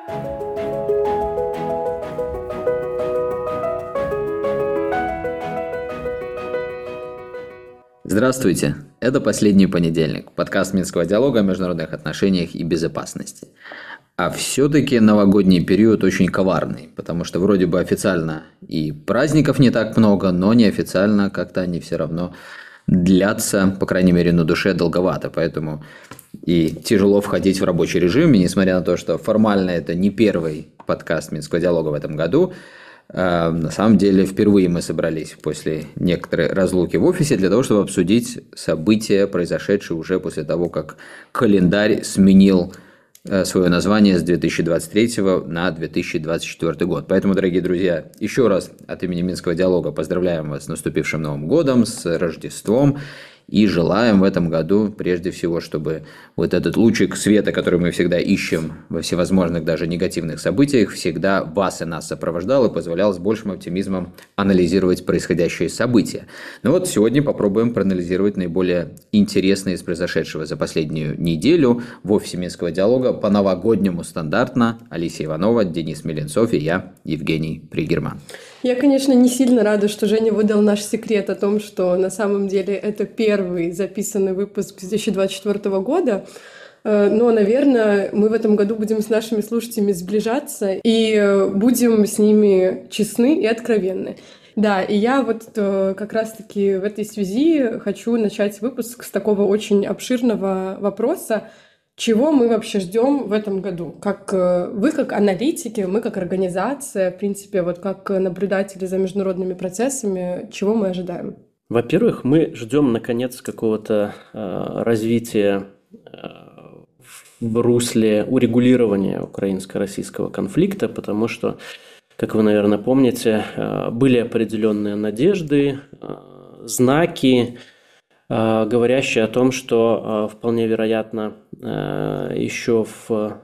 Здравствуйте! Это «Последний понедельник», подкаст Минского диалога о международных отношениях и безопасности. А все-таки новогодний период очень коварный, потому что вроде бы официально и праздников не так много, но неофициально как-то они все равно длятся, по крайней мере, на душе долговато, поэтому и тяжело входить в рабочий режим, и несмотря на то, что формально это не первый подкаст Минского диалога в этом году, на самом деле впервые мы собрались после некоторой разлуки в офисе для того, чтобы обсудить события, произошедшие уже после того, как календарь сменил свое название с 2023 на 2024 год. Поэтому, дорогие друзья, еще раз от имени Минского диалога поздравляем вас с наступившим Новым годом, с Рождеством. И желаем в этом году, прежде всего, чтобы вот этот лучик света, который мы всегда ищем во всевозможных даже негативных событиях, всегда вас и нас сопровождал и позволял с большим оптимизмом анализировать происходящие события. Ну вот сегодня попробуем проанализировать наиболее интересные из произошедшего за последнюю неделю в офисе Минского диалога по-новогоднему стандартно. Алисия Иванова, Денис Меленцов и я, Евгений Пригерман. Я, конечно, не сильно рада, что Женя выдал наш секрет о том, что на самом деле это первый записанный выпуск 2024 года. Но, наверное, мы в этом году будем с нашими слушателями сближаться и будем с ними честны и откровенны. Да, и я вот как раз-таки в этой связи хочу начать выпуск с такого очень обширного вопроса. Чего мы вообще ждем в этом году? Как вы, как аналитики, мы как организация, в принципе, вот как наблюдатели за международными процессами, чего мы ожидаем? Во-первых, мы ждем, наконец, какого-то развития в русле урегулирования украинско-российского конфликта, потому что, как вы, наверное, помните, были определенные надежды, знаки, говорящие о том, что вполне вероятно еще в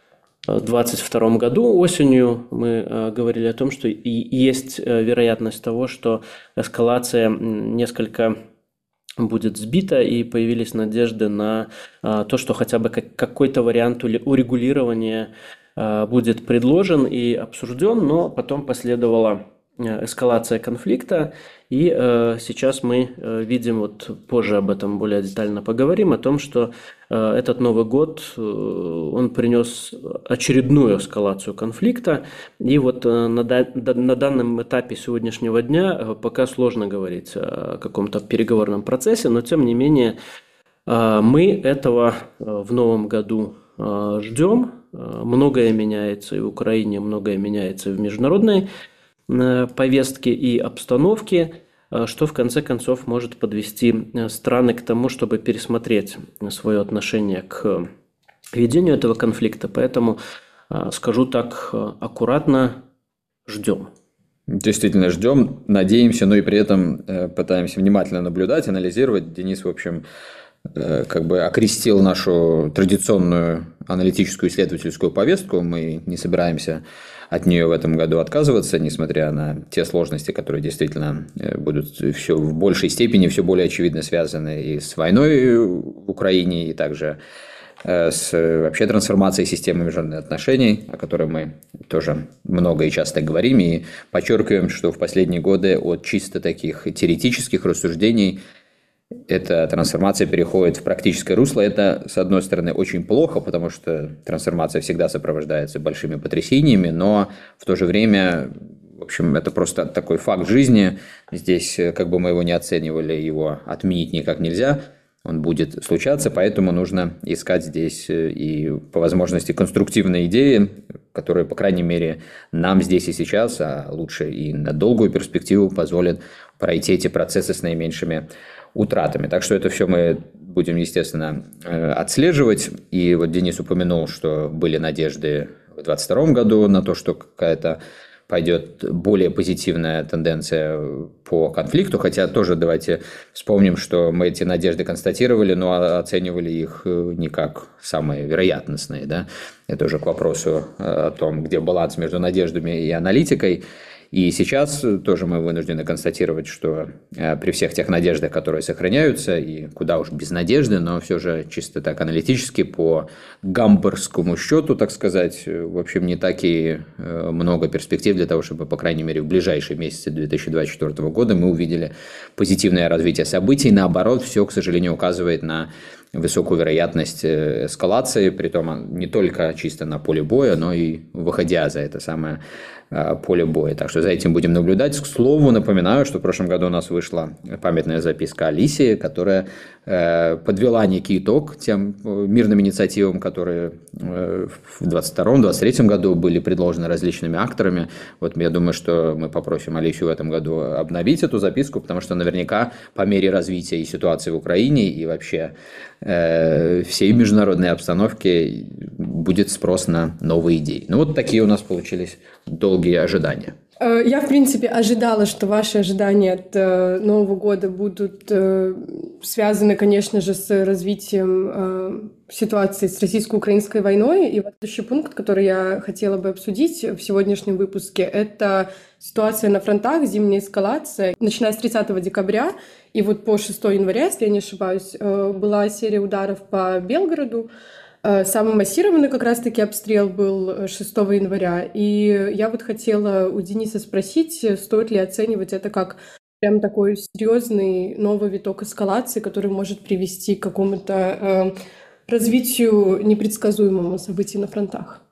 2022 году осенью мы говорили о том, что и есть вероятность того, что эскалация несколько будет сбита, и появились надежды на то, что хотя бы какой-то вариант урегулирования будет предложен и обсужден, но потом последовала эскалация конфликта, и сейчас мы видим, вот позже об этом более детально поговорим, о том, что этот Новый год, он принес очередную эскалацию конфликта, и вот на данном этапе сегодняшнего дня пока сложно говорить о каком-то переговорном процессе, но тем не менее мы этого в новом году ждем. Многое меняется и в Украине, многое меняется и в международной повестки и обстановки, что в конце концов может подвести страны к тому, чтобы пересмотреть свое отношение к ведению этого конфликта. Поэтому, скажу так аккуратно, ждем. Действительно ждем, надеемся, но и при этом пытаемся внимательно наблюдать, анализировать. Денис, в общем, как бы окрестил нашу традиционную аналитическую исследовательскую повестку. Мы не собираемся от нее в этом году отказываться, несмотря на те сложности, которые действительно будут все в большей степени, все более очевидно связаны и с войной в Украине, и также с вообще трансформацией системы международных отношений, о которой мы тоже много и часто говорим, и подчеркиваем, что в последние годы от чисто таких теоретических рассуждений эта трансформация переходит в практическое русло. Это, с одной стороны, очень плохо, потому что трансформация всегда сопровождается большими потрясениями, но в то же время, в общем, это просто такой факт жизни. Здесь, как бы мы его ни оценивали, его отменить никак нельзя. Он будет случаться, поэтому нужно искать здесь и по возможности конструктивные идеи, которые, по крайней мере, нам здесь и сейчас, а лучше и на долгую перспективу позволят пройти эти процессы с наименьшими утратами. Так что это все мы будем, естественно, отслеживать. И вот Денис упомянул, что были надежды в 2022 году на то, что какая-то пойдет более позитивная тенденция по конфликту, хотя тоже давайте вспомним, что мы эти надежды констатировали, но оценивали их не как самые вероятностные. Да? Это уже к вопросу о том, где баланс между надеждами и аналитикой. И сейчас тоже мы вынуждены констатировать, что при всех тех надеждах, которые сохраняются, и куда уж без надежды, но все же чисто так аналитически по гамбургскому счету, так сказать, в общем, не так и много перспектив для того, чтобы, по крайней мере, в ближайшие месяцы 2024 года мы увидели позитивное развитие событий. Наоборот, все, к сожалению, указывает на высокую вероятность эскалации, притом не только чисто на поле боя, но и выходя за это самое поле боя. Так что за этим будем наблюдать. К слову, напоминаю, что в прошлом году у нас вышла памятная записка Алисии, которая подвела некий итог тем мирным инициативам, которые в 2022-2023 году были предложены различными акторами. Вот я думаю, что мы попросим Алисию в этом году обновить эту записку, потому что наверняка по мере развития и ситуации в Украине, и вообще всей международной обстановки будет спрос на новые идеи. Ну вот такие у нас получились долгие ожидания. Я, в принципе, ожидала, что ваши ожидания от Нового года будут связаны, конечно же, с развитием ситуации с российско-украинской войной. И вот следующий пункт, который я хотела бы обсудить в сегодняшнем выпуске, это ситуация на фронтах, зимняя эскалация. Начиная с 30 декабря и вот по 6 января, если я не ошибаюсь, была серия ударов по Белгороду. Самый массированный как раз-таки обстрел был 6 января. И я вот хотела у Дениса спросить, стоит ли оценивать это как прям такой серьезный новый виток эскалации, который может привести к какому-то развитию непредсказуемому событий на фронтах.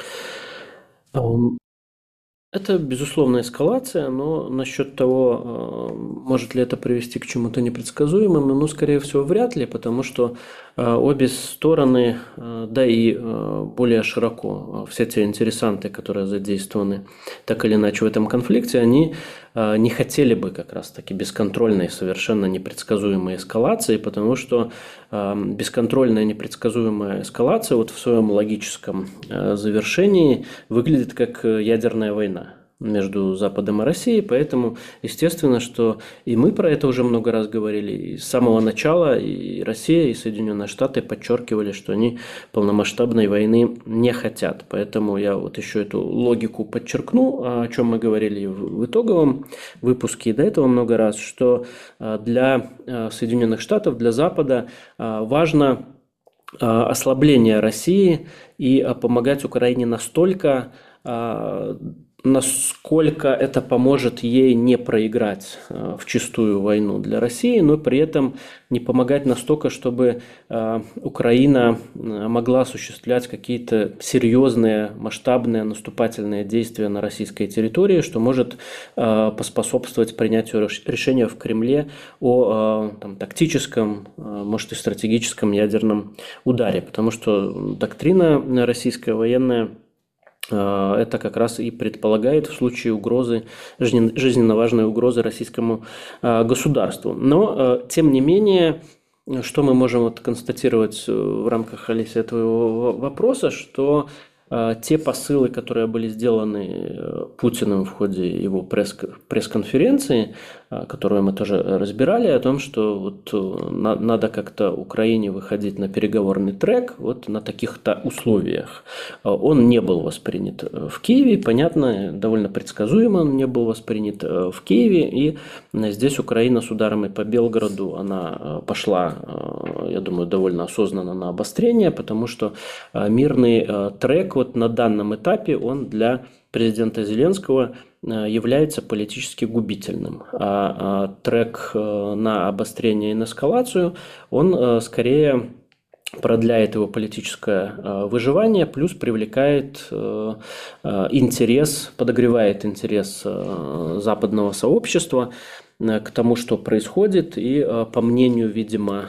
Это, безусловно, эскалация, но насчет того, может ли это привести к чему-то непредсказуемому, ну, скорее всего, вряд ли, потому что обе стороны, да и более широко, все те интересанты, которые задействованы так или иначе в этом конфликте, они не хотели бы как раз-таки бесконтрольной, совершенно непредсказуемой эскалации, потому что бесконтрольная непредсказуемая эскалация вот в своем логическом завершении выглядит как ядерная война между Западом и Россией, поэтому естественно, что и мы про это уже много раз говорили, и с самого начала и Россия, и Соединенные Штаты подчеркивали, что они полномасштабной войны не хотят, поэтому я вот еще эту логику подчеркну, о чем мы говорили в итоговом выпуске и до этого много раз, что для Соединенных Штатов, для Запада важно ослабление России и помогать Украине настолько, насколько это поможет ей не проиграть вчистую войну для России, но при этом не помогать настолько, чтобы Украина могла осуществлять какие-то серьезные масштабные наступательные действия на российской территории, что может поспособствовать принятию решения в Кремле о тактическом, может и стратегическом ядерном ударе, потому что доктрина российская военная это как раз и предполагает в случае угрозы, жизненно важной угрозы российскому государству. Но, тем не менее, что мы можем вот констатировать в рамках, Алисия, твоего вопроса, что те посылы, которые были сделаны Путиным в ходе его пресс-конференции, которую мы тоже разбирали, о том, что вот надо как-то Украине выходить на переговорный трек вот на таких-то условиях. Он не был воспринят в Киеве, понятно, довольно предсказуемо он не был воспринят в Киеве, и здесь Украина с ударами по Белгороду, она пошла, я думаю, довольно осознанно на обострение, потому что мирный трек вот на данном этапе, он для президента Зеленского является политически губительным. А трек на обострение и на эскалацию, он скорее продляет его политическое выживание, плюс привлекает интерес, подогревает интерес западного сообщества к тому, что происходит, и, по мнению, видимо,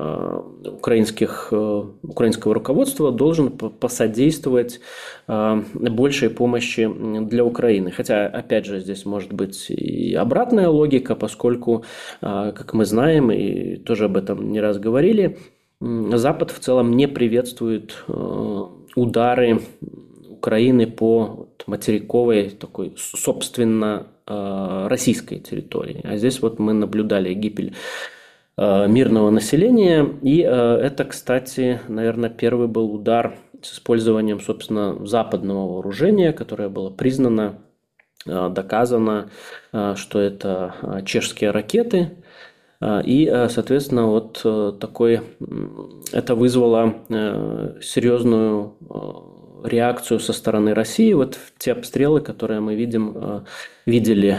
украинского руководства, должен посодействовать большей помощи для Украины. Хотя, опять же, здесь может быть и обратная логика, поскольку, как мы знаем, и тоже об этом не раз говорили, Запад в целом не приветствует удары Украины по материковой, такой, собственно, российской территории. А здесь вот мы наблюдали гибель мирного населения. И это, кстати, наверное, первый был удар с использованием, собственно, западного вооружения, которое было признано доказано, что это чешские ракеты. И, соответственно, вот это вызвало серьезную реакцию со стороны России. Вот те обстрелы, которые мы видели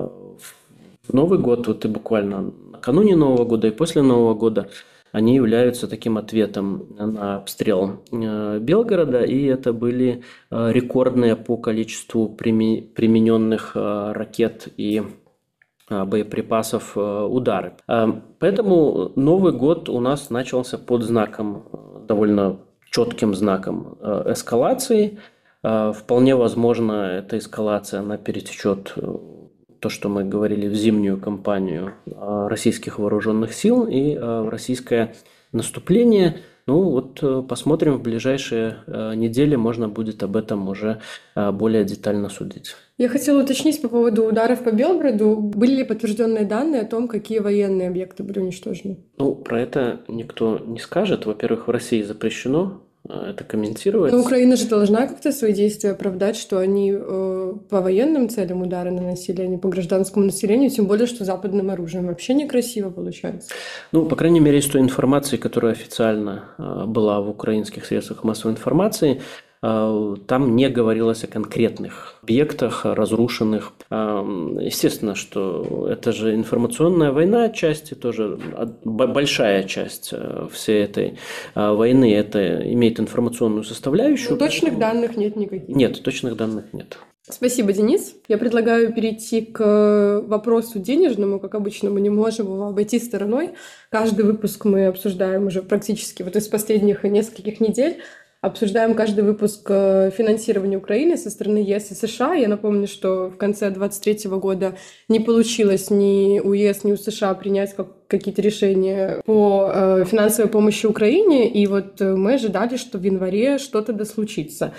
в Новый год, вот и буквально накануне Нового года и после Нового года, они являются таким ответом на обстрел Белгорода, и это были рекордные по количеству примененных ракет и боеприпасов удары. Поэтому Новый год у нас начался под знаком, довольно четким знаком эскалации. Вполне возможно, эта эскалация, она перетечет то, что мы говорили, в зимнюю кампанию российских вооруженных сил и в российское наступление. Ну вот посмотрим в ближайшие недели, можно будет об этом уже более детально судить. Я хотела уточнить по поводу ударов по Белгороду. Были ли подтвержденные данные о том, какие военные объекты были уничтожены? Ну, про это никто не скажет. Во-первых, в России запрещено это комментировать. Но Украина же должна как-то свои действия оправдать, что они по военным целям удары наносили, а не по гражданскому населению, тем более, что западным оружием. Вообще некрасиво получается. Ну, по крайней мере, из той информации, которая официально была в украинских средствах массовой информации, там не говорилось о конкретных объектах, разрушенных. Естественно, что это же информационная война отчасти, тоже большая часть всей этой войны, это имеет информационную составляющую. Но точных данных нет никаких. Нет, точных данных нет. Спасибо, Денис. Я предлагаю перейти к вопросу денежному. Как обычно, мы не можем его обойти стороной. Каждый выпуск мы обсуждаем уже практически вот из последних нескольких недель. Обсуждаем каждый выпуск финансирования Украины со стороны ЕС и США. Я напомню, что в конце 2023 года не получилось ни у ЕС, ни у США принять какие-то решения по финансовой помощи Украине. И вот мы ожидали, что в январе что-то да случится.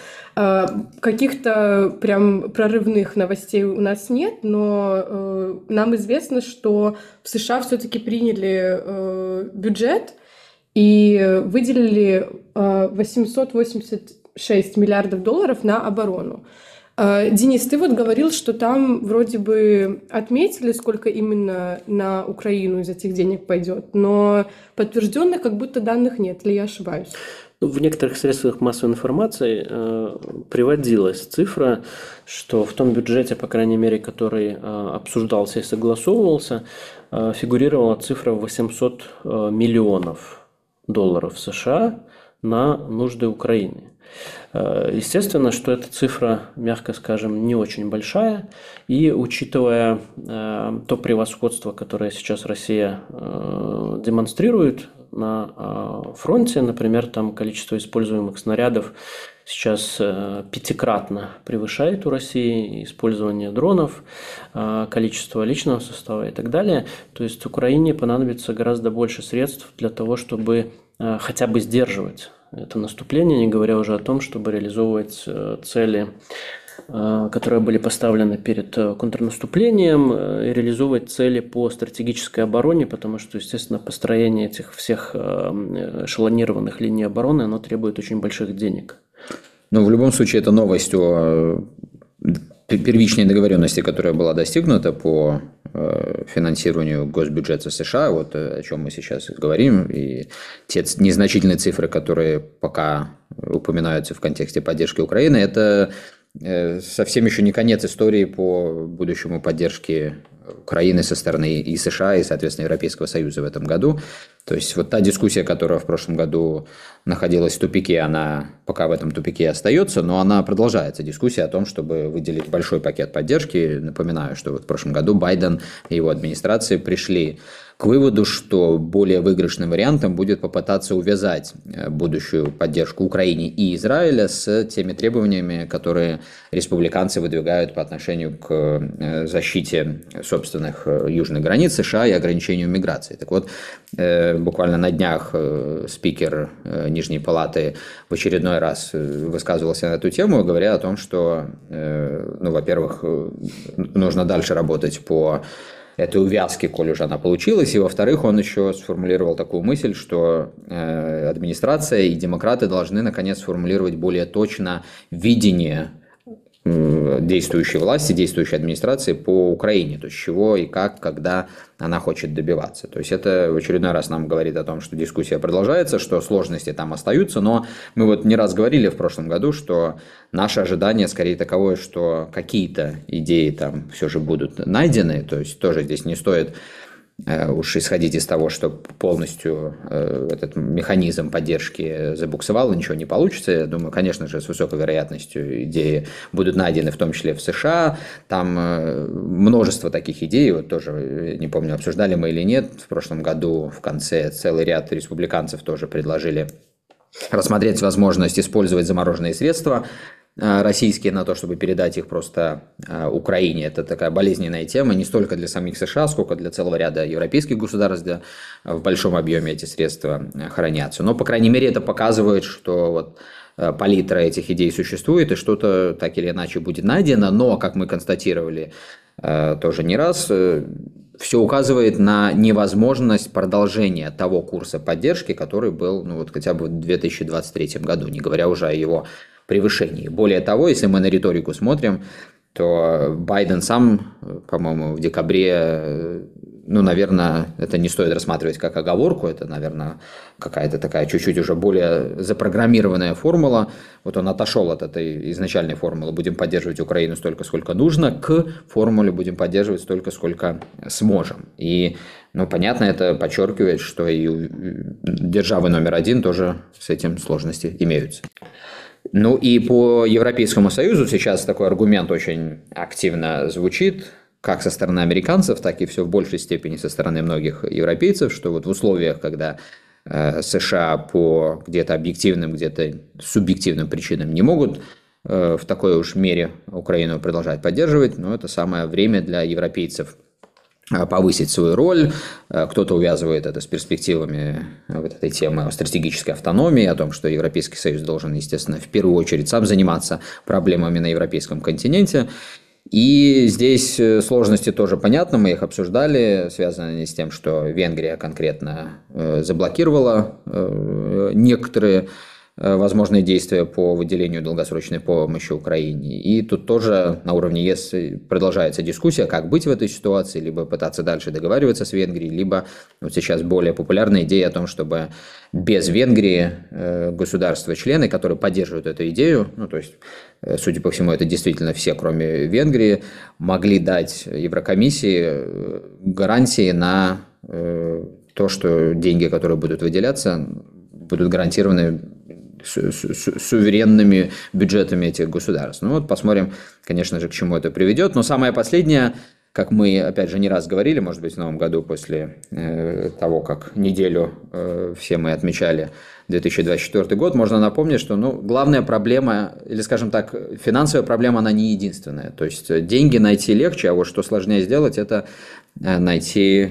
Каких-то прям прорывных новостей у нас нет, но нам известно, что в США все-таки приняли бюджет, и выделили 886 миллиардов долларов на оборону. Денис, ты вот говорил, что там вроде бы отметили, сколько именно на Украину из этих денег пойдет, но подтвержденных как будто данных нет, или я ошибаюсь? В некоторых средствах массовой информации приводилась цифра, что в том бюджете, по крайней мере, который обсуждался и согласовывался, фигурировала цифра 800 миллионов долларов США на нужды Украины. Естественно, что эта цифра, мягко скажем, не очень большая, и учитывая то превосходство, которое сейчас Россия демонстрирует на фронте, например, там количество используемых снарядов сейчас пятикратно превышает у России использование дронов, количество личного состава и так далее. То есть Украине понадобится гораздо больше средств для того, чтобы хотя бы сдерживать это наступление, не говоря уже о том, чтобы реализовывать цели, которые были поставлены перед контрнаступлением, и реализовывать цели по стратегической обороне, потому что, естественно, построение этих всех эшелонированных линий обороны, оно требует очень больших денег. Но в любом случае это новость о первичной договоренности, которая была достигнута по финансированию госбюджета США, вот о чем мы сейчас говорим, и те незначительные цифры, которые пока упоминаются в контексте поддержки Украины, это совсем еще не конец истории по будущему поддержке Украины со стороны и США, и, соответственно, Европейского Союза в этом году. То есть вот та дискуссия, которая в прошлом году находилась в тупике, она пока в этом тупике остается, но она продолжается. Дискуссия о том, чтобы выделить большой пакет поддержки. Напоминаю, что вот в прошлом году Байден и его администрация пришли к выводу, что более выигрышным вариантом будет попытаться увязать будущую поддержку Украине и Израиля с теми требованиями, которые республиканцы выдвигают по отношению к защите собственных южных границ США и ограничению миграции. Так вот, буквально на днях спикер Нижней Палаты в очередной раз высказывался на эту тему, говоря о том, что, ну, во-первых, нужно дальше работать по этой увязки, коль уже она получилась, и, во-вторых, он еще сформулировал такую мысль, что администрация и демократы должны, наконец, сформулировать более точно видение действующей власти, действующей администрации по Украине, то есть чего и как, когда она хочет добиваться. То есть это в очередной раз нам говорит о том, что дискуссия продолжается, что сложности там остаются, но мы вот не раз говорили в прошлом году, что наше ожидание скорее таковое, что какие-то идеи там все же будут найдены, то есть тоже здесь не стоит уж исходить из того, что полностью этот механизм поддержки забуксовал, и ничего не получится. Я думаю, конечно же, с высокой вероятностью идеи будут найдены, в том числе в США. Там множество таких идей, вот тоже, не помню, обсуждали мы или нет, в прошлом году в конце целый ряд республиканцев тоже предложили рассмотреть возможность использовать замороженные средства российские на то, чтобы передать их просто Украине. Это такая болезненная тема не столько для самих США, сколько для целого ряда европейских государств, где в большом объеме эти средства хранятся. Но, по крайней мере, это показывает, что вот палитра этих идей существует, и что-то так или иначе будет найдено, но, как мы констатировали тоже не раз, все указывает на невозможность продолжения того курса поддержки, который был вот хотя бы в 2023 году, не говоря уже о его превышении. Более того, если мы на риторику смотрим, то Байден сам, по-моему, в декабре, наверное, это не стоит рассматривать как оговорку, это, наверное, какая-то такая чуть-чуть уже более запрограммированная формула. Вот он отошел от этой изначальной формулы «будем поддерживать Украину столько, сколько нужно», к формуле «будем поддерживать столько, сколько сможем». И, понятно, это подчеркивает, что и у державы номер один тоже с этим сложности имеются. И по Европейскому Союзу сейчас такой аргумент очень активно звучит, как со стороны американцев, так и все в большей степени со стороны многих европейцев, что вот в условиях, когда США по где-то объективным, где-то субъективным причинам не могут в такой уж мере Украину продолжать поддерживать, но это самое время для европейцев повысить свою роль. Кто-то увязывает это с перспективами вот этой темы о стратегической автономии, о том, что Европейский Союз должен, естественно, в первую очередь сам заниматься проблемами на европейском континенте. И здесь сложности тоже понятны, мы их обсуждали, связаны с тем, что Венгрия конкретно заблокировала некоторые возможные действия по выделению долгосрочной помощи Украине. И тут тоже на уровне ЕС продолжается дискуссия, как быть в этой ситуации, либо пытаться дальше договариваться с Венгрией, либо вот сейчас более популярная идея о том, чтобы без Венгрии государства-члены, которые поддерживают эту идею, то есть, судя по всему, это действительно все, кроме Венгрии, могли дать Еврокомиссии гарантии на то, что деньги, которые будут выделяться, будут гарантированы суверенными бюджетами этих государств. Посмотрим, конечно же, к чему это приведет. Но самое последнее, как мы, опять же, не раз говорили, может быть, в новом году, после того, как неделю все мы отмечали 2024 год, можно напомнить, что главная проблема, или, скажем так, финансовая проблема, она не единственная. То есть деньги найти легче, а вот что сложнее сделать, это найти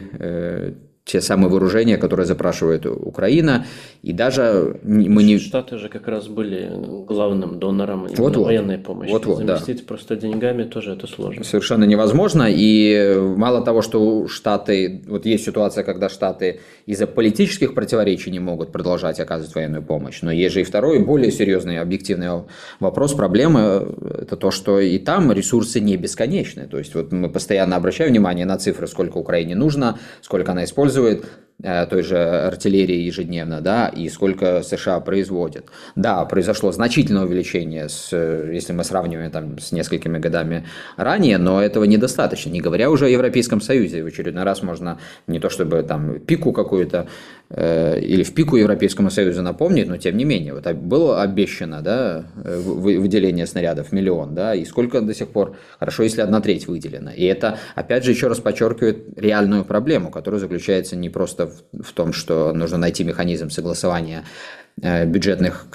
те самые вооружения, которые запрашивает Украина, и даже мы не... Штаты же как раз были главным донором военной помощи. Заместить просто деньгами тоже это сложно. Совершенно невозможно, и мало того, что Штаты... Вот есть ситуация, когда Штаты из-за политических противоречий не могут продолжать оказывать военную помощь, но есть же и второй, более серьезный, объективный вопрос, проблема, это то, что и там ресурсы не бесконечны. То есть вот мы постоянно обращаем внимание на цифры, сколько Украине нужно, сколько она использует той же артиллерии ежедневно, да, и сколько США производит. Да, произошло значительное увеличение, если мы сравниваем там, с несколькими годами ранее, но этого недостаточно, не говоря уже о Европейском Союзе. В очередной раз можно не то чтобы там пику какую-то или в пику Европейскому Союзу напомнить, но тем не менее, вот было обещано, да, выделение снарядов 1 миллион, да, и сколько до сих пор, хорошо, если 1/3 выделена. И это, опять же, еще раз подчеркивает реальную проблему, которая заключается не просто в том, что нужно найти механизм согласования бюджетных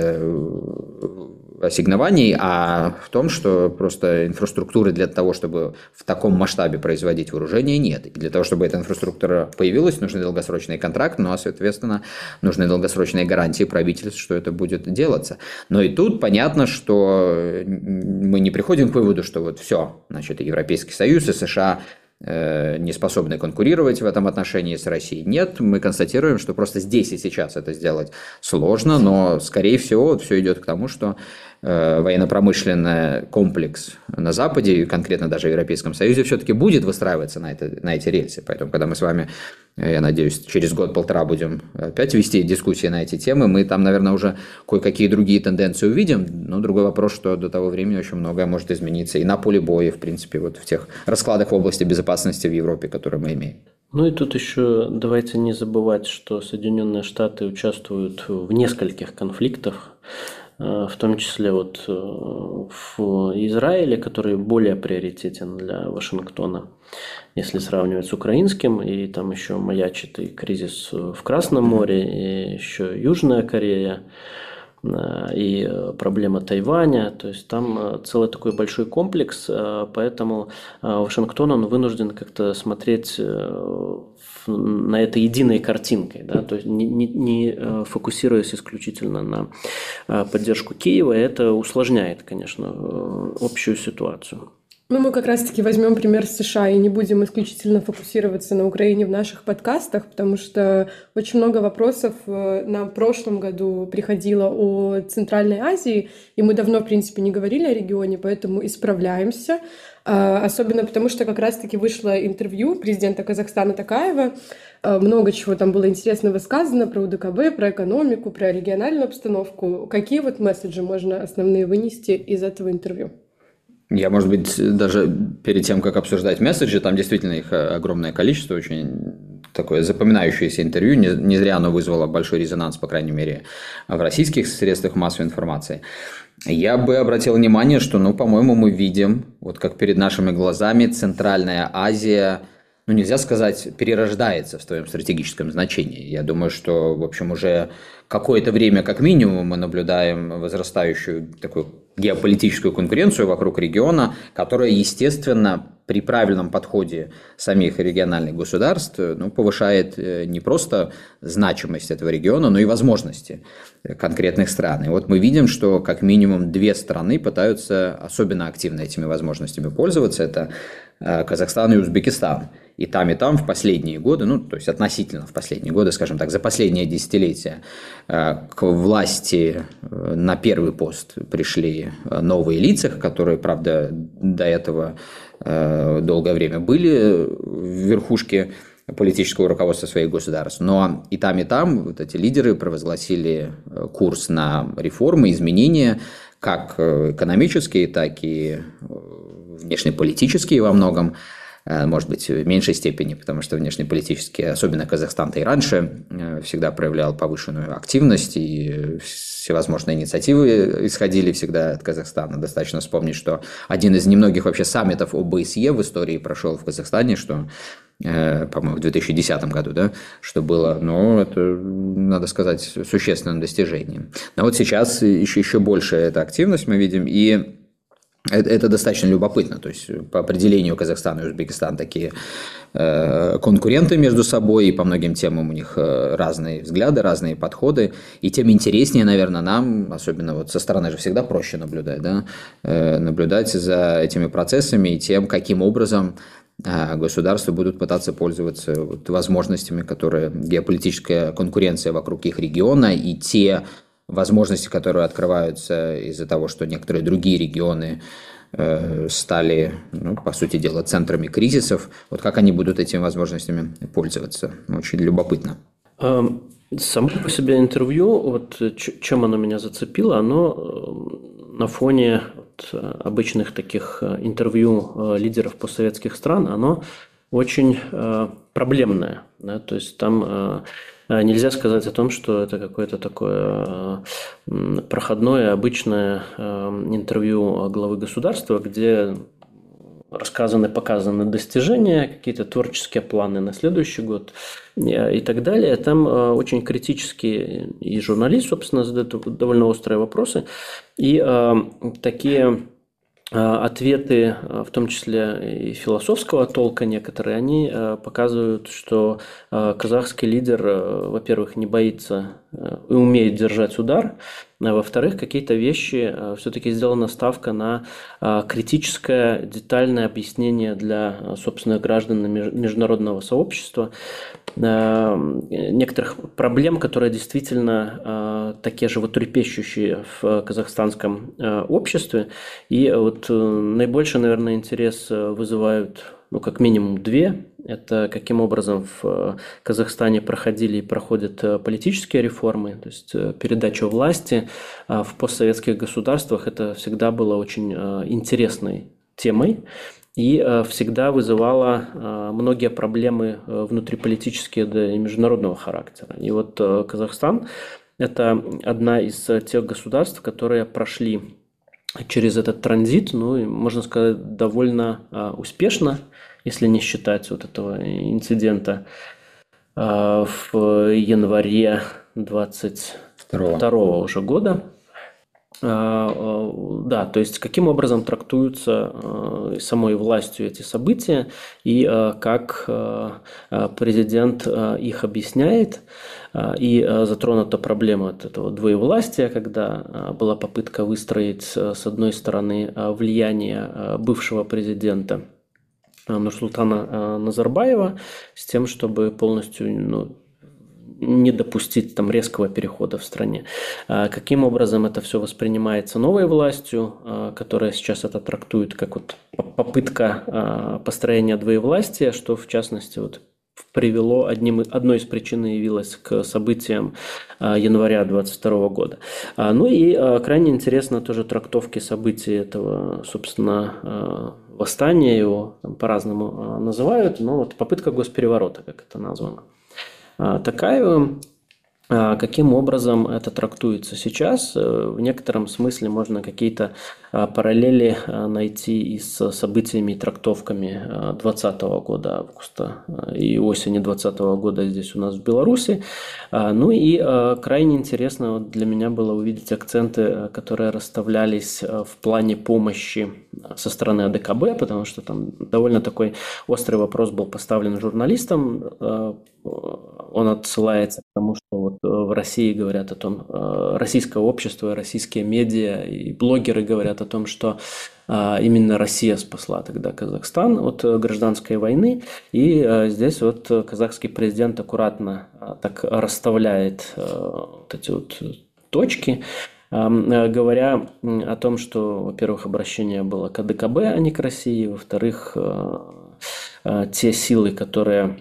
каких-то ассигнований, а в том, что просто инфраструктуры для того, чтобы в таком масштабе производить вооружение, нет. И для того, чтобы эта инфраструктура появилась, нужны долгосрочные контракты, ну а, соответственно, нужны долгосрочные гарантии правительств, что это будет делаться. Но и тут понятно, что мы не приходим к выводу, что вот все, значит, Европейский Союз и США не способны конкурировать в этом отношении с Россией. Нет, мы констатируем, что просто здесь и сейчас это сделать сложно, но, скорее всего, все идет к тому, что военно-промышленный комплекс на Западе, и конкретно даже в Европейском Союзе, все-таки будет выстраиваться на эти рельсы. Поэтому, когда мы с вами, я надеюсь, через год-полтора будем опять вести дискуссии на эти темы, мы там, наверное, уже кое-какие другие тенденции увидим. Но другой вопрос, что до того времени очень многое может измениться и на поле боя, в принципе, вот в тех раскладах в области безопасности в Европе, которые мы имеем. Ну и тут еще давайте не забывать, что Соединенные Штаты участвуют в нескольких конфликтах, в том числе вот в Израиле, который более приоритетен для Вашингтона, если сравнивать с украинским, и там еще маячит и кризис в Красном море, и еще Южная Корея, и проблема Тайваня, то есть там целый такой большой комплекс, поэтому Вашингтон, он вынужден как-то смотреть на это единой картинкой, да, то есть не фокусируясь исключительно на поддержку Киева, это усложняет, конечно, общую ситуацию. Ну, мы как раз-таки возьмем пример США и не будем исключительно фокусироваться на Украине в наших подкастах, потому что очень много вопросов нам в прошлом году приходило о Центральной Азии, и мы давно, в принципе, не говорили о регионе, поэтому исправляемся. Особенно потому, что как раз-таки вышло интервью президента Казахстана Токаева. Много чего там было интересного сказано про УДКБ, про экономику, про региональную обстановку. Какие вот месседжи можно основные вынести из этого интервью? Я, может быть, даже перед тем, как обсуждать месседжи, там действительно их огромное количество, очень такое запоминающееся интервью, не зря оно вызвало большой резонанс, по крайней мере, в российских средствах массовой информации. Я бы обратил внимание, что, по-моему, мы видим, вот как перед нашими глазами, Центральная Азия, нельзя сказать, перерождается в своем стратегическом значении. Я думаю, что, в общем, уже какое-то время, как минимум, мы наблюдаем возрастающую такую геополитическую конкуренцию вокруг региона, которая, естественно, при правильном подходе самих региональных государств повышает не просто значимость этого региона, но и возможности конкретных стран. И вот мы видим, что как минимум две страны пытаются особенно активно этими возможностями пользоваться. Это Казахстан и Узбекистан. И там в последние годы, то есть относительно в последние годы, скажем так, за последние десятилетия к власти на первый пост пришли новые лица, которые, правда, до этого долгое время были в верхушке политического руководства своих государств. Но и там вот эти лидеры провозгласили курс на реформы, изменения, как экономические, так и внешнеполитические во многом. Может быть, в меньшей степени, потому что внешнеполитически, особенно Казахстан-то и раньше, всегда проявлял повышенную активность, и всевозможные инициативы исходили всегда от Казахстана. Достаточно вспомнить, что один из немногих вообще саммитов ОБСЕ в истории прошел в Казахстане, что, по-моему, в 2010 году, да, что было, это, надо сказать, существенным достижением. Но вот сейчас еще больше эта активность мы видим, и это достаточно любопытно, то есть по определению Казахстан и Узбекистан такие конкуренты между собой, и по многим темам у них разные взгляды, разные подходы, и тем интереснее, наверное, нам, особенно вот со стороны же всегда проще наблюдать, да, наблюдать за этими процессами и тем, каким образом государства будут пытаться пользоваться возможностями, которые геополитическая конкуренция вокруг их региона и те возможности, которые открываются из-за того, что некоторые другие регионы стали, по сути дела, центрами кризисов. Вот как они будут этими возможностями пользоваться? Очень любопытно. Само по себе интервью, вот чем оно меня зацепило, оно на фоне обычных таких интервью лидеров постсоветских стран, оно очень проблемное. Да? То есть там нельзя сказать о том, что это какое-то такое проходное, обычное интервью главы государства, где рассказаны, показаны достижения, какие-то творческие планы на следующий год и так далее. Там очень критические и журналист, собственно, задает довольно острые вопросы. И такие ответы, в том числе и философского толка некоторые, они показывают, что казахский лидер, во-первых, не боится и умеет держать удар, Во-вторых, какие-то вещи все-таки сделана ставка на критическое, детальное объяснение для собственных граждан международного сообщества некоторых проблем, которые действительно такие же вот трепещущие в казахстанском обществе. И вот наибольший, наверное, интерес вызывают, ну, как минимум две. Это каким образом в Казахстане проходили и проходят политические реформы, то есть передача власти в постсоветских государствах. Это всегда было очень интересной темой и всегда вызывало многие проблемы внутриполитические, да и международного характера. И вот Казахстан – это одна из тех государств, которые прошли через этот транзит, ну, и, можно сказать, довольно успешно, если не считать вот этого инцидента в январе 2022 уже года. Да, то есть каким образом трактуются самой властью эти события и как президент их объясняет. И затронута проблема от этого двоевластия, когда была попытка выстроить с одной стороны влияние бывшего президента Нурсултана Назарбаева с тем, чтобы полностью, не допустить там резкого перехода в стране. Каким образом это все воспринимается новой властью, которая сейчас это трактует как вот попытка построения двоевластия, что в частности вот привело одной из причин явилось к событиям января 2022 года. Ну и крайне интересно тоже трактовки событий этого, собственно, восстания, его по-разному называют, но вот попытка госпереворота, как это названо. Такая, каким образом это трактуется сейчас, в некотором смысле можно какие-то параллели найти и с событиями и трактовками 2020 года, августа и осени 2020 года здесь у нас в Беларуси. Ну и крайне интересно для меня было увидеть акценты, которые расставлялись в плане помощи со стороны АДКБ, потому что там довольно такой острый вопрос был поставлен журналистам. Он отсылается к тому, что вот в России говорят о том, российское общество, российские медиа и блогеры говорят о том, что именно Россия спасла тогда Казахстан от гражданской войны. И здесь вот казахский президент аккуратно так расставляет вот эти вот точки, говоря о том, что, во-первых, обращение было к АДКБ, а не к России, во-вторых, те силы, которые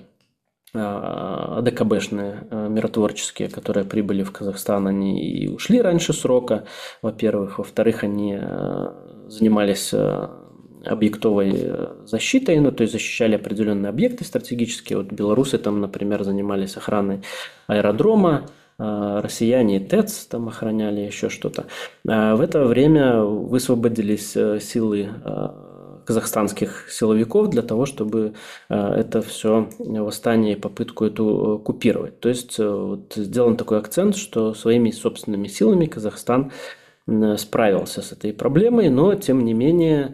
АДКБшные, миротворческие, которые прибыли в Казахстан, они и ушли раньше срока, во-первых. Во-вторых, они занимались объектовой защитой, то есть защищали определенные объекты стратегические. Вот белорусы там, например, занимались охраной аэродрома, россияне ТЭЦ там охраняли, еще что-то. В это время высвободились силы казахстанских силовиков для того, чтобы это все восстание и попытку эту купировать. То есть вот сделан такой акцент, что своими собственными силами Казахстан справился с этой проблемой, но тем не менее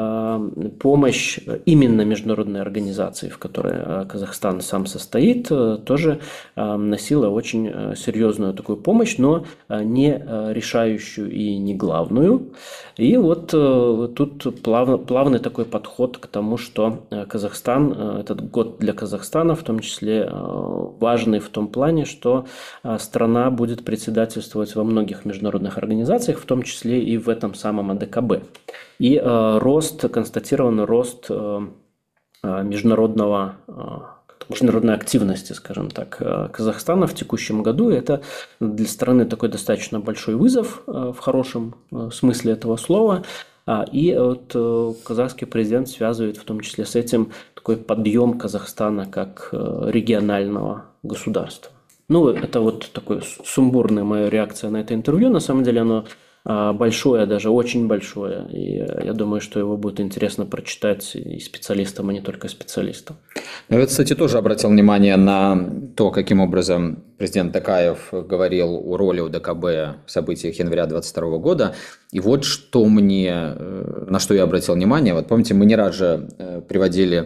помощь именно международной организации, в которой Казахстан сам состоит, тоже носила очень серьезную такую помощь, но не решающую и не главную. И вот тут плавный такой подход к тому, что Казахстан, этот год для Казахстана в том числе важный в том плане, что страна будет председательствовать во многих международных организациях, в том числе и в этом самом АДКБ. И констатированный рост международной активности, скажем так, Казахстана в текущем году. Это для страны такой достаточно большой вызов в хорошем смысле этого слова. И вот казахский президент связывает в том числе с этим такой подъем Казахстана как регионального государства. Ну, это вот такой сумбурная моя реакция на это интервью. На самом деле оно большое, даже очень большое. И я думаю, что его будет интересно прочитать и специалистам, и не только специалистам. Я, кстати, тоже обратил внимание на то, каким образом президент Токаев говорил о роли УДКБ в событиях января 2022 года. И вот что на что я обратил внимание. Вот помните, мы не раз же приводили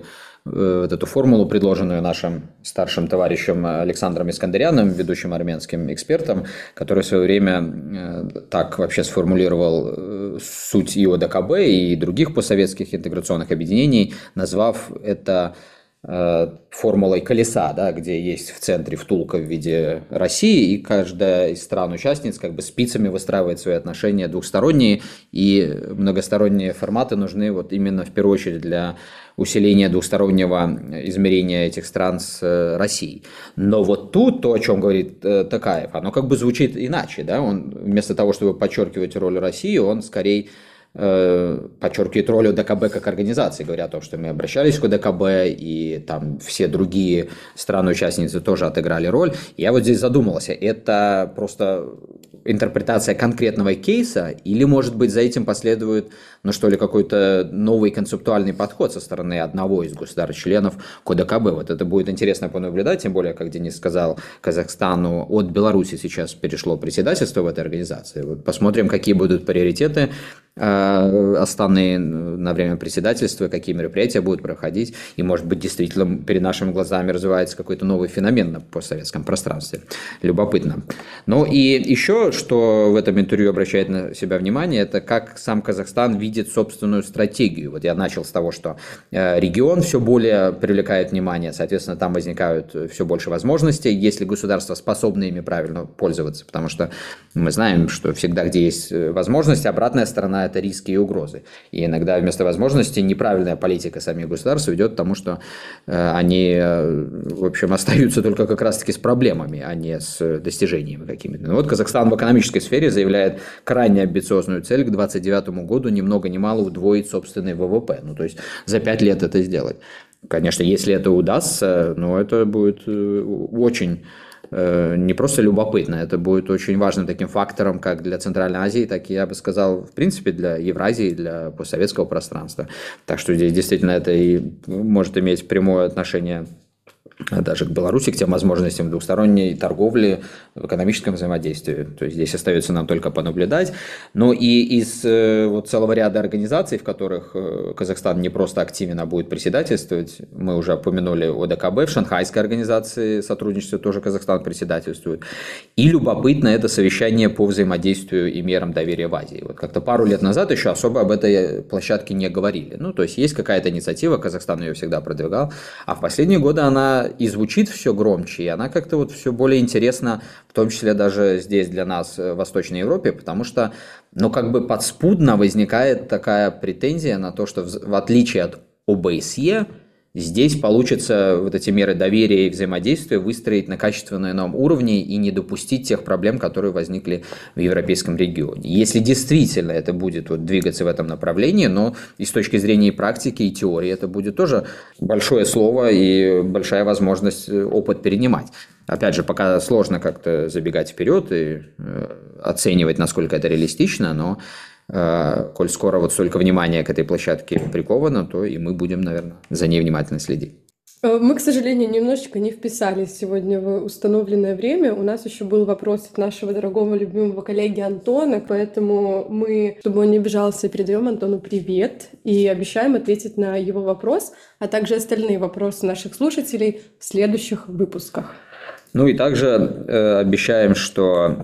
вот эту формулу, предложенную нашим старшим товарищем Александром Искандеряном, ведущим армянским экспертом, который в свое время так вообще сформулировал суть и ОДКБ, и других постсоветских интеграционных объединений, назвав это формулой колеса, да, где есть в центре втулка в виде России, и каждая из стран-участниц как бы спицами выстраивает свои отношения двухсторонние, и многосторонние форматы нужны вот именно в первую очередь для усиления двухстороннего измерения этих стран с Россией. Но вот тут то, о чем говорит Токаев, оно как бы звучит иначе, да, он вместо того, чтобы подчеркивать роль России, он скорее подчеркивает роль ОДКБ как организации, говоря о том, что мы обращались к ОДКБ, и там все другие страны-участницы тоже отыграли роль. Я вот здесь задумался, это просто интерпретация конкретного кейса, или, может быть, за этим последует, ну что ли, какой-то новый концептуальный подход со стороны одного из государств-членов к ОДКБ. Вот это будет интересно понаблюдать, тем более, как Денис сказал, Казахстану от Беларуси сейчас перешло председательство в этой организации. Вот посмотрим, какие будут приоритеты Астаны на время председательства, какие мероприятия будут проходить, и, может быть, действительно перед нашими глазами развивается какой-то новый феномен на постсоветском пространстве. Любопытно. Ну и еще, что в этом интервью обращает на себя внимание, это как сам Казахстан видит собственную стратегию. Вот я начал с того, что регион все более привлекает внимание, соответственно, там возникают все больше возможностей, если государства способны ими правильно пользоваться, потому что мы знаем, что всегда, где есть возможность, обратная сторона – это риски и угрозы. И иногда вместо возможностей неправильная политика самих государств ведет к тому, что они, в общем, остаются только как раз-таки с проблемами, а не с достижениями какими-то. Ну вот Казахстан в экономической сфере заявляет крайне амбициозную цель к 2029 году ни много ни мало удвоить собственный ВВП. Ну, то есть за 5 лет это сделать. Конечно, если это удастся, ну, это будет очень не просто любопытно, это будет очень важным таким фактором как для Центральной Азии, так и, я бы сказал, в принципе, для Евразии, для постсоветского пространства. Так что здесь действительно это и может иметь прямое отношение даже к Беларуси, к тем возможностям двухсторонней торговли в экономическом взаимодействии. То есть здесь остается нам только понаблюдать. Но и из вот целого ряда организаций, в которых Казахстан не просто активен, а будет председательствовать, мы уже упомянули ОДКБ, в Шанхайской организации сотрудничества тоже Казахстан председательствует. И любопытно это совещание по взаимодействию и мерам доверия в Азии. Вот как-то пару лет назад еще особо об этой площадке не говорили. Ну, то есть есть какая-то инициатива, Казахстан ее всегда продвигал, а в последние годы она и звучит все громче, и она как-то вот все более интересна, в том числе даже здесь для нас, в Восточной Европе, потому что, ну, как бы подспудно возникает такая претензия на то, что в отличие от ОБСЕ, здесь получится вот эти меры доверия и взаимодействия выстроить на качественно ином уровне и не допустить тех проблем, которые возникли в европейском регионе. Если действительно это будет вот двигаться в этом направлении, но и с точки зрения и практики, и теории, это будет тоже большое слово и большая возможность опыт перенимать. Опять же, пока сложно как-то забегать вперед и оценивать, насколько это реалистично, но коль скоро вот столько внимания к этой площадке приковано, то и мы будем, наверное, за ней внимательно следить. Мы, к сожалению, немножечко не вписались сегодня в установленное время. У нас еще был вопрос от нашего дорогого любимого коллеги Антона, поэтому мы, чтобы он не обижался, передаем Антону привет и обещаем ответить на его вопрос, а также остальные вопросы наших слушателей в следующих выпусках. Ну и также обещаем, что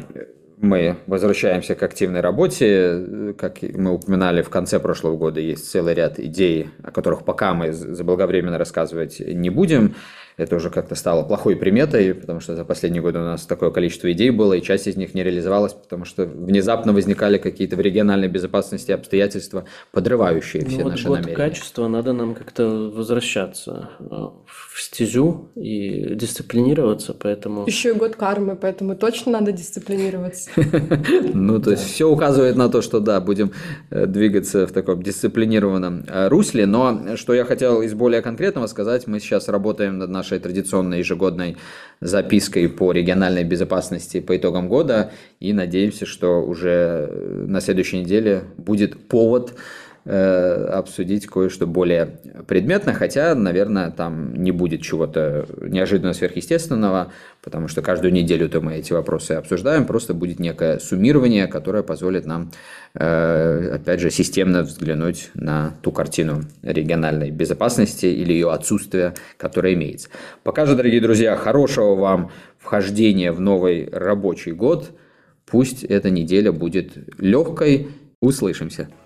мы возвращаемся к активной работе. Как мы упоминали в конце прошлого года, есть целый ряд идей, о которых пока мы заблаговременно рассказывать не будем. Это уже как-то стало плохой приметой, потому что за последние годы у нас такое количество идей было, и часть из них не реализовалась, потому что внезапно возникали какие-то в региональной безопасности обстоятельства, подрывающие все наши намерения. Качества, надо нам как-то возвращаться в стезю и дисциплинироваться, поэтому... Еще и год кармы, поэтому точно надо дисциплинироваться. Ну, то есть все указывает на то, что да, будем двигаться в таком дисциплинированном русле, но что я хотел из более конкретного сказать, мы сейчас работаем над нашей традиционной ежегодной запиской по региональной безопасности по итогам года и надеемся, что уже на следующей неделе будет повод обсудить кое-что более предметно, хотя, наверное, там не будет чего-то неожиданно сверхъестественного, потому что каждую неделю-то мы эти вопросы обсуждаем, просто будет некое суммирование, которое позволит нам, опять же, системно взглянуть на ту картину региональной безопасности или ее отсутствия, которое имеется. Пока же, дорогие друзья, хорошего вам вхождения в новый рабочий год. Пусть эта неделя будет легкой. Услышимся.